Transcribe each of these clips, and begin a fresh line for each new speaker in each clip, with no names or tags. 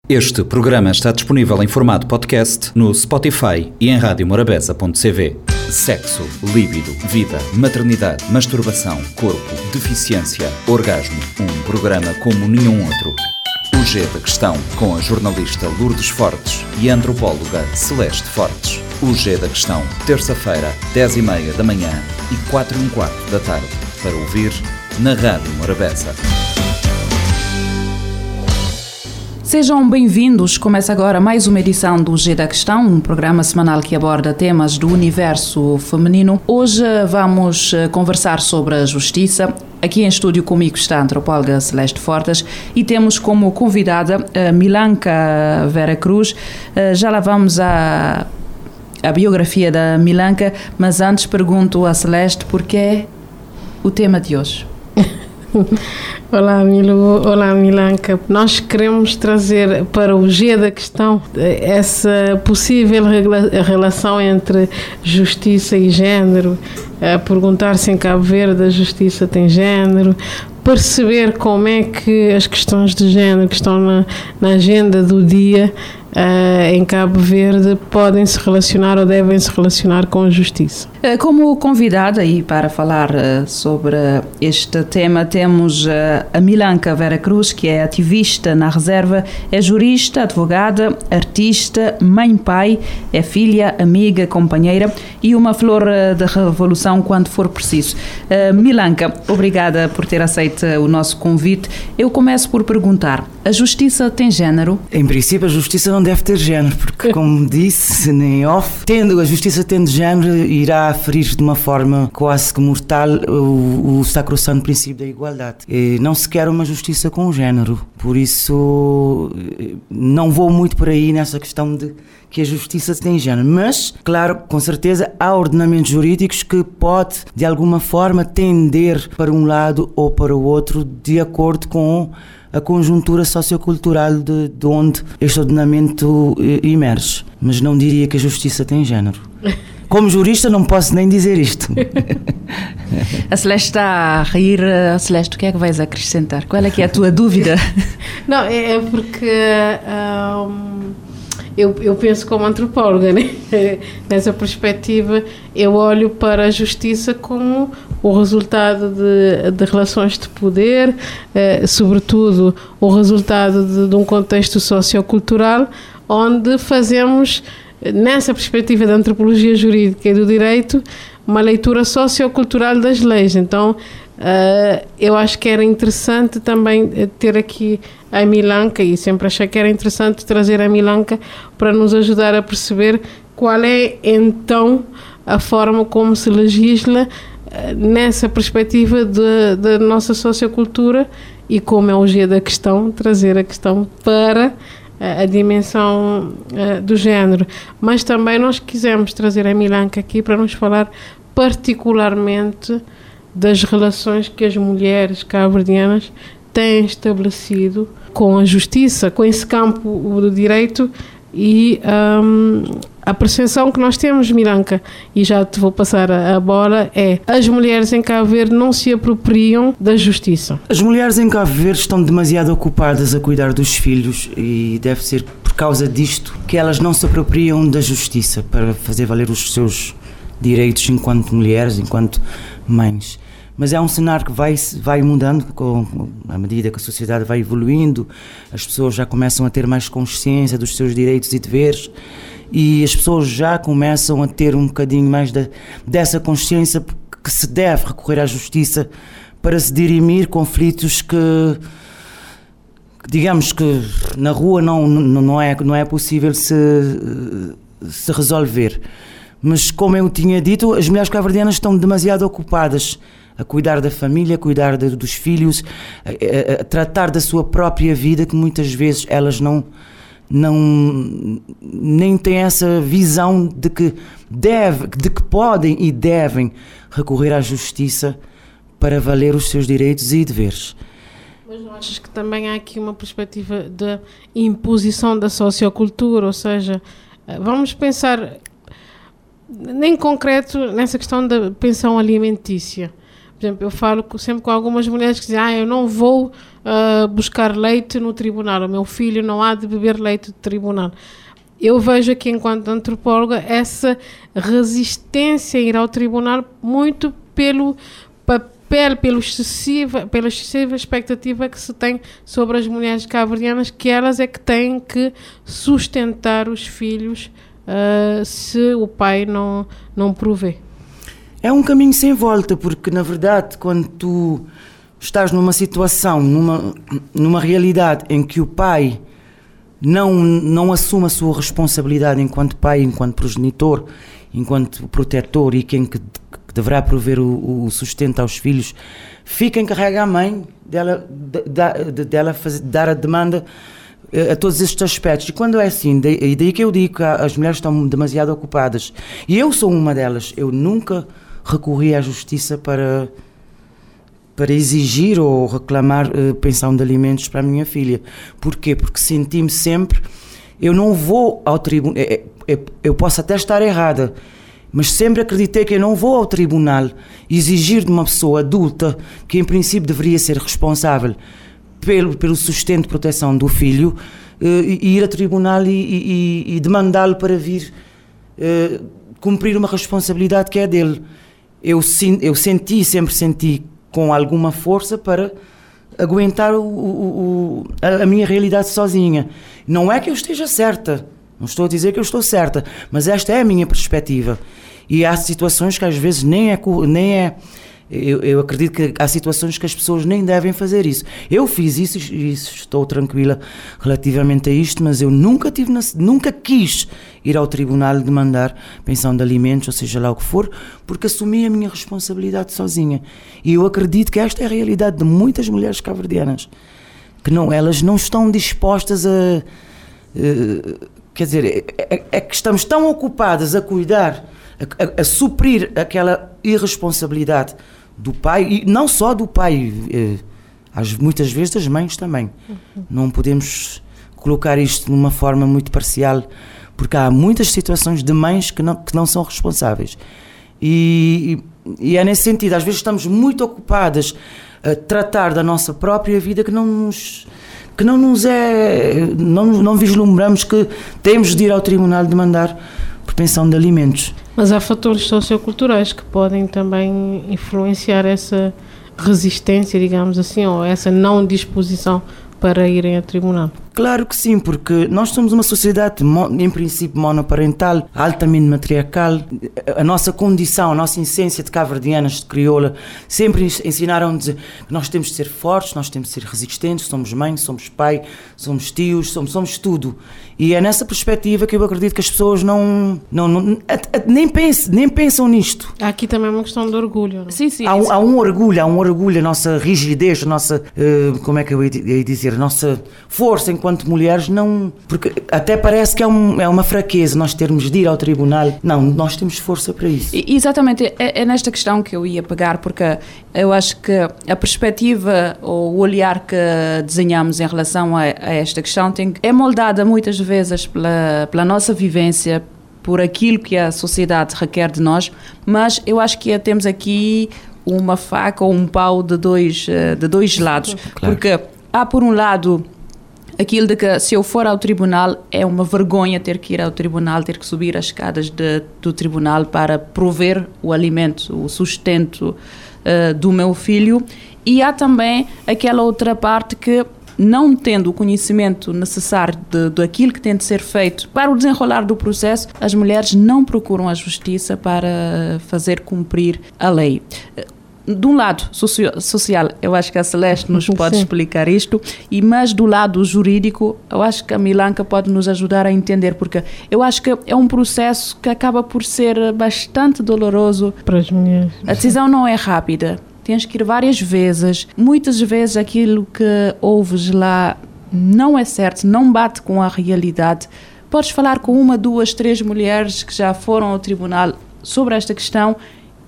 Este programa está disponível em formato podcast no Spotify e em radiomorabeza.cv. Sexo, líbido, vida, maternidade, masturbação, corpo, deficiência, orgasmo. Um programa como nenhum outro. O G da Questão, com a jornalista Lourdes Fortes e a antropóloga Celeste Fortes. O G da Questão, terça-feira, 10h30 da manhã e 4h15 da tarde. Para ouvir na Rádio Morabeza.
Sejam bem-vindos. Começa agora mais uma edição do G da Questão, um programa semanal que aborda temas do universo feminino. Hoje vamos conversar sobre a justiça. Aqui em estúdio comigo está a antropóloga Celeste Fortes e temos como convidada a Milanka Vera Cruz. Já lá vamos à biografia da Milanka, mas antes pergunto a Celeste por que é o tema de hoje.
Olá, Milu. Olá, Milanka. Nós queremos trazer para o G da Questão essa possível relação entre justiça e género, perguntar se em Cabo Verde a justiça tem género, perceber como é que as questões de género que estão na agenda do dia em Cabo Verde podem se relacionar ou devem se relacionar com a justiça.
Como convidada e para falar sobre este tema temos a Milanka Vera Cruz, que é ativista na reserva, é jurista, advogada, artista, mãe-pai, é filha, amiga, companheira e uma flor da revolução quando for preciso. Milanka, obrigada por ter aceito o nosso convite. Eu começo por perguntar, a justiça tem género?
Em princípio a justiça não deve ter género, porque como disse em off, a justiça tendo género irá ferir de uma forma quase que mortal o sacrossanto princípio da igualdade. E não se quer uma justiça com género, por isso não vou muito por aí nessa questão de que a justiça tem género, mas, claro, com certeza há ordenamentos jurídicos que pode, de alguma forma, tender para um lado ou para o outro, de acordo com a conjuntura sociocultural de onde este ordenamento emerge. Mas não diria que a justiça tem género. Como jurista não posso nem dizer isto.
A Celeste está a rir. Celeste, o que é que vais acrescentar? Qual é que é a tua dúvida?
Não, é porque eu penso como antropóloga, né? Nessa perspectiva eu olho para a justiça como o resultado de relações de poder, sobretudo o resultado de um contexto sociocultural onde fazemos, nessa perspectiva da antropologia jurídica e do direito, uma leitura sociocultural das leis. Então, eu acho que era interessante também ter aqui a Milanka, e sempre achei que era interessante trazer a Milanka para nos ajudar a perceber qual é então a forma como se legisla nessa perspectiva da nossa sociocultura e como é o G da Questão, trazer a questão para a dimensão do género. Mas também nós quisemos trazer a Milanka aqui para nos falar particularmente das relações que as mulheres cabo-verdianas têm estabelecido com a justiça, com esse campo do direito e a percepção que nós temos, Milanka, e já te vou passar a bola, é as mulheres em Cabo Verde não se apropriam da justiça.
As mulheres em Cabo Verde estão demasiado ocupadas a cuidar dos filhos e deve ser por causa disto que elas não se apropriam da justiça para fazer valer os seus direitos enquanto mulheres, enquanto mães. Mas é um cenário que vai mudando à medida que a sociedade vai evoluindo, as pessoas já começam a ter mais consciência dos seus direitos e deveres e as pessoas já começam a ter um bocadinho mais dessa consciência que se deve recorrer à justiça para se dirimir conflitos que digamos que na rua não é possível se resolver. Mas como eu tinha dito, as mulheres cabo-verdianas estão demasiado ocupadas a cuidar da família, a cuidar dos filhos, a tratar da sua própria vida, que muitas vezes elas nem têm essa visão de que podem e devem recorrer à justiça para valer os seus direitos e deveres.
Mas não achas que também há aqui uma perspectiva de imposição da sociocultura, ou seja, vamos pensar em concreto nessa questão da pensão alimentícia. Por exemplo, eu falo sempre com algumas mulheres que dizem eu não vou buscar leite no tribunal, o meu filho não há de beber leite do tribunal. Eu vejo aqui, enquanto antropóloga, essa resistência a ir ao tribunal muito pelo papel, pela excessiva expectativa que se tem sobre as mulheres cabo-verdianas, que elas é que têm que sustentar os filhos se o pai não provê.
É um caminho sem volta, porque na verdade quando tu estás numa situação, numa realidade em que o pai não assume a sua responsabilidade enquanto pai, enquanto progenitor, enquanto protetor e quem que deverá prover o sustento aos filhos, fica encarrega a mãe dela dar a demanda a todos estes aspectos. E quando é assim, daí que eu digo que as mulheres estão demasiado ocupadas, e eu sou uma delas, eu nunca recorri à justiça para exigir ou reclamar pensão de alimentos para a minha filha. Porquê? Porque senti-me sempre, eu não vou ao tribunal, eu posso até estar errada, mas sempre acreditei que eu não vou ao tribunal exigir de uma pessoa adulta, que em princípio deveria ser responsável pelo sustento e proteção do filho, ir ao tribunal e demandá-lo para vir cumprir uma responsabilidade que é dele. Eu sempre senti com alguma força para aguentar a minha realidade sozinha. Não é que eu esteja certa, não estou a dizer que eu estou certa, mas esta é a minha perspectiva. E há situações que às vezes nem é eu acredito que há situações que as pessoas nem devem fazer isso. Eu fiz isso e estou tranquila relativamente a isto, mas eu nunca quis ir ao tribunal demandar pensão de alimentos, ou seja lá o que for, porque assumi a minha responsabilidade sozinha. E eu acredito que esta é a realidade de muitas mulheres cabo-verdianas, que elas não estão dispostas a... quer dizer, é que estamos tão ocupadas a cuidar, a suprir aquela irresponsabilidade do pai, e não só do pai, muitas vezes das mães também. Não podemos colocar isto de uma forma muito parcial, porque há muitas situações de mães que não são responsáveis. E é nesse sentido, às vezes estamos muito ocupadas a tratar da nossa própria vida que não vislumbramos que temos de ir ao tribunal demandar por pensão de alimentos.
Mas há fatores socioculturais que podem também influenciar essa resistência, digamos assim, ou essa não disposição para irem ao tribunal.
Claro que sim, porque nós somos uma sociedade, em princípio, monoparental, altamente matriarcal. A nossa condição, a nossa essência de cabo-verdianas, de crioula, sempre ensinaram-nos que nós temos de ser fortes, nós temos de ser resistentes, somos mãe, somos pai, somos tios, somos tudo. E é nessa perspectiva que eu acredito que as pessoas nem pensam nisto.
Há aqui também uma questão de orgulho. Não?
Sim.
Há um orgulho, a nossa rigidez, a nossa, como é que eu ia dizer, a nossa força enquanto mulheres, não, porque até parece que é uma fraqueza nós termos de ir ao tribunal. Não, nós temos força para isso.
Exatamente, é nesta questão que eu ia pegar, porque eu acho que a perspectiva ou o olhar que desenhamos em relação a esta questão é moldada muitas vezes pela nossa vivência, por aquilo que a sociedade requer de nós, mas eu acho que temos aqui uma faca ou um pau de dois lados. Claro. Porque há, por um lado, aquilo de que se eu for ao tribunal é uma vergonha ter que ir ao tribunal, ter que subir as escadas do tribunal para prover o alimento, o sustento do meu filho. E há também aquela outra parte que, não tendo o conhecimento necessário daquilo que tem de ser feito para o desenrolar do processo, as mulheres não procuram a justiça para fazer cumprir a lei. De um lado social, eu acho que a Celeste nos pode explicar isto, mas do lado jurídico, eu acho que a Milanka pode nos ajudar a entender, porque eu acho que é um processo que acaba por ser bastante doloroso
para as mulheres.
A decisão não é rápida. Tens que ir várias vezes. Muitas vezes aquilo que ouves lá não é certo, não bate com a realidade. Podes falar com 1, 2, 3 mulheres que já foram ao tribunal sobre esta questão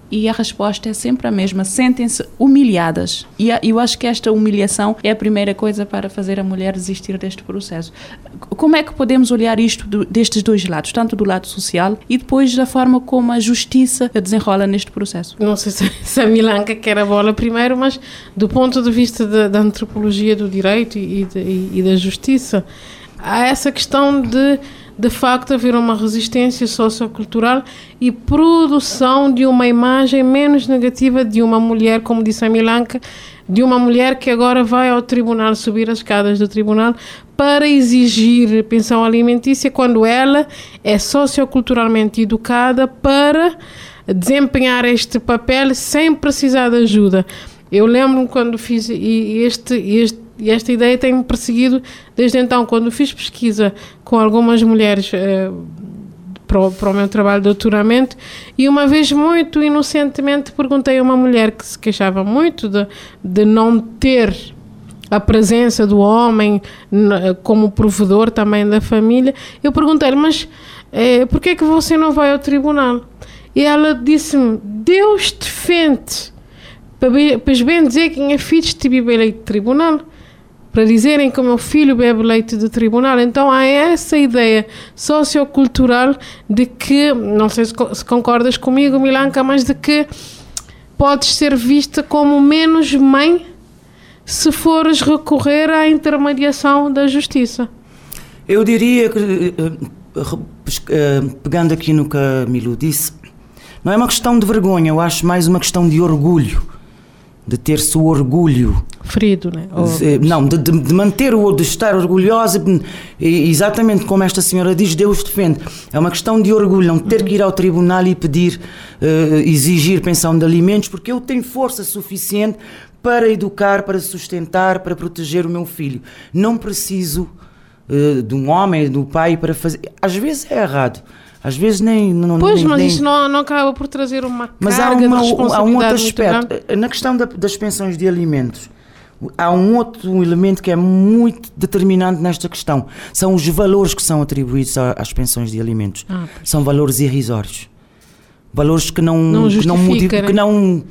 e a resposta é sempre a mesma, sentem-se humilhadas. E eu acho que esta humilhação é a primeira coisa para fazer a mulher desistir deste processo. Como é que podemos olhar isto destes dois lados, tanto do lado social e depois da forma como a justiça desenrola neste processo?
Não sei se a Milanka quer a bola primeiro, mas do ponto de vista da antropologia do direito e da justiça, há essa questão de facto haver uma resistência sociocultural e produção de uma imagem menos negativa de uma mulher, como disse a Milanka, de uma mulher que agora vai ao tribunal, subir as escadas do tribunal para exigir pensão alimentícia, quando ela é socioculturalmente educada para desempenhar este papel sem precisar de ajuda. Eu lembro-me quando fiz, e esta ideia tem-me perseguido desde então, quando fiz pesquisa com algumas mulheres para o meu trabalho de doutoramento, e uma vez muito inocentemente perguntei a uma mulher que se queixava muito de não ter a presença do homem como provedor também da família. Eu perguntei-lhe, mas por que é que você não vai ao tribunal? E ela disse-me, Deus defende para bem dizer que minha filha te bebe leite de tribunal, para dizerem que o meu filho bebe leite de tribunal. Então há essa ideia sociocultural de que, não sei se concordas comigo, Milanka, mas de que podes ser vista como menos mãe se fores recorrer à intermediação da justiça.
Eu diria que, pegando aqui no que a Milu disse, não é uma questão de vergonha, eu acho mais uma questão de orgulho, de ter-se o orgulho
ferido, né?
Não, de manter de estar orgulhosa, exatamente como esta senhora diz, Deus defende. É uma questão de orgulho, não ter que ir ao tribunal e pedir, exigir pensão de alimentos, porque eu tenho força suficiente para educar, para sustentar, para proteger o meu filho. Não preciso de um homem, do pai para fazer. Às vezes é errado. Às vezes nem...
Pois, mas isso não acaba por trazer uma
mas
carga de responsabilidade.
Há um outro aspecto. Na questão das pensões de alimentos, há um outro elemento que é muito determinante nesta questão. São os valores que são atribuídos às pensões de alimentos. São valores irrisórios. Valores que não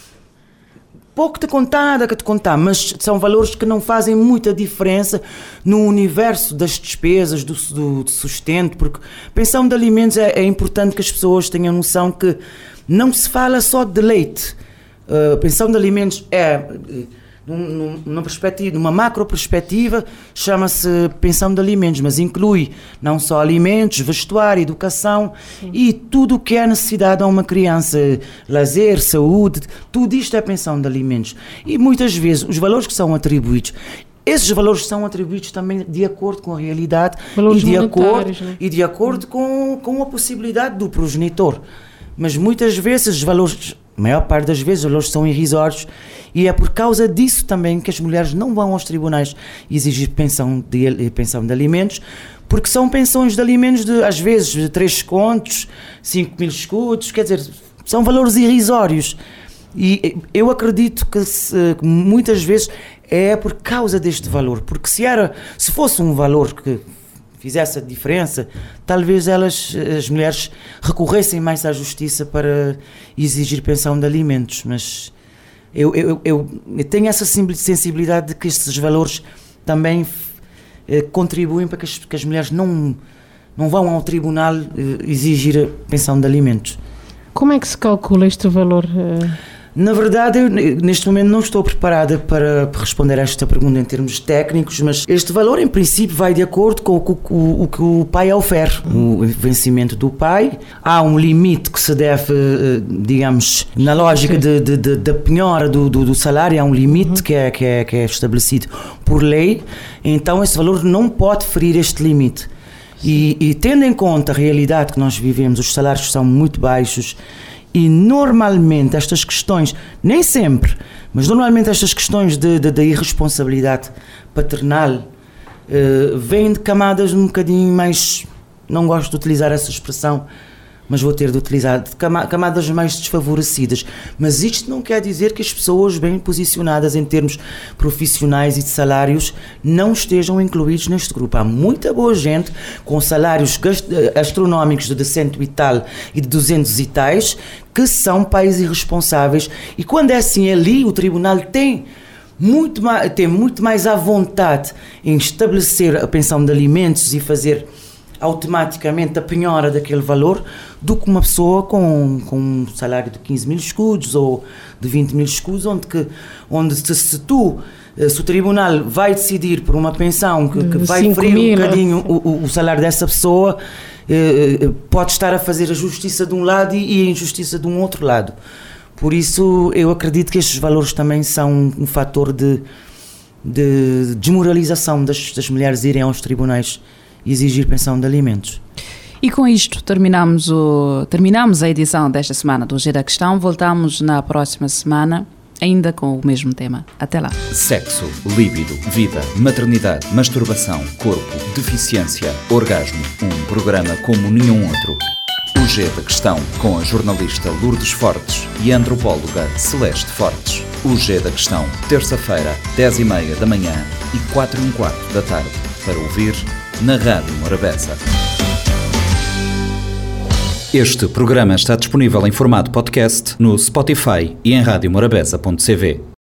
pouco te contar, mas são valores que não fazem muita diferença no universo das despesas, do sustento, porque pensão de alimentos é importante que as pessoas tenham noção que não se fala só de leite. Pensão de alimentos numa macro perspectiva, chama-se pensão de alimentos, mas inclui não só alimentos, vestuário, educação. Sim. E tudo o que é necessidade a uma criança, lazer, saúde, tudo isto é pensão de alimentos. E muitas vezes os valores que são atribuídos, esses valores são atribuídos também de acordo com a realidade e de acordo com a possibilidade do progenitor. Mas muitas vezes os valores, a maior parte das vezes, os valores são irrisórios, e é por causa disso também que as mulheres não vão aos tribunais exigir pensão de alimentos, porque são pensões de alimentos às vezes de 3 contos, 5 mil escudos, quer dizer, são valores irrisórios. E eu acredito que muitas vezes é por causa deste valor, porque se fosse um valor que fizesse a diferença, talvez as mulheres recorressem mais à justiça para exigir pensão de alimentos, mas eu tenho essa sensibilidade de que estes valores também contribuem para que as mulheres não vão ao tribunal exigir a pensão de alimentos.
Como é que se calcula este valor?
Na verdade, eu, neste momento não estou preparada para responder a esta pergunta em termos técnicos, mas este valor, em princípio, vai de acordo com o que o pai ofere. O vencimento do pai, há um limite que se deve, digamos, na lógica da penhora do salário, há um limite que é estabelecido por lei, então esse valor não pode ferir este limite. E tendo em conta a realidade que nós vivemos, os salários são muito baixos, e normalmente estas questões, nem sempre, mas normalmente estas questões da irresponsabilidade paternal vêm de camadas um bocadinho mais, não gosto de utilizar essa expressão, mas vou ter de utilizar de camadas mais desfavorecidas. Mas isto não quer dizer que as pessoas bem posicionadas em termos profissionais e de salários não estejam incluídos neste grupo. Há muita boa gente com salários astronómicos de 100 e tal e de 200 e tais que são pais irresponsáveis, e quando é assim ali o tribunal tem muito mais à vontade em estabelecer a pensão de alimentos e fazer automaticamente a penhora daquele valor do que uma pessoa com um salário de 15 mil escudos ou de 20 mil escudos, onde se o tribunal vai decidir por uma pensão que vai ferir um bocadinho o salário dessa pessoa, pode estar a fazer a justiça de um lado e a injustiça de um outro lado. Por isso eu acredito que estes valores também são um fator de desmoralização das mulheres irem aos tribunais e exigir pensão de alimentos.
E com isto terminamos a edição desta semana do G da Questão. Voltamos na próxima semana, ainda com o mesmo tema. Até lá.
Sexo, líbido, vida, maternidade, masturbação, corpo, deficiência, orgasmo. Um programa como nenhum outro. O G da Questão, com a jornalista Lourdes Fortes e a antropóloga Celeste Fortes. O G da Questão, terça-feira, 10h30 da manhã e 4h15 da tarde. Para ouvir na Rádio Morabeza. Este programa está disponível em formato podcast no Spotify e em radiomorabeza.cv.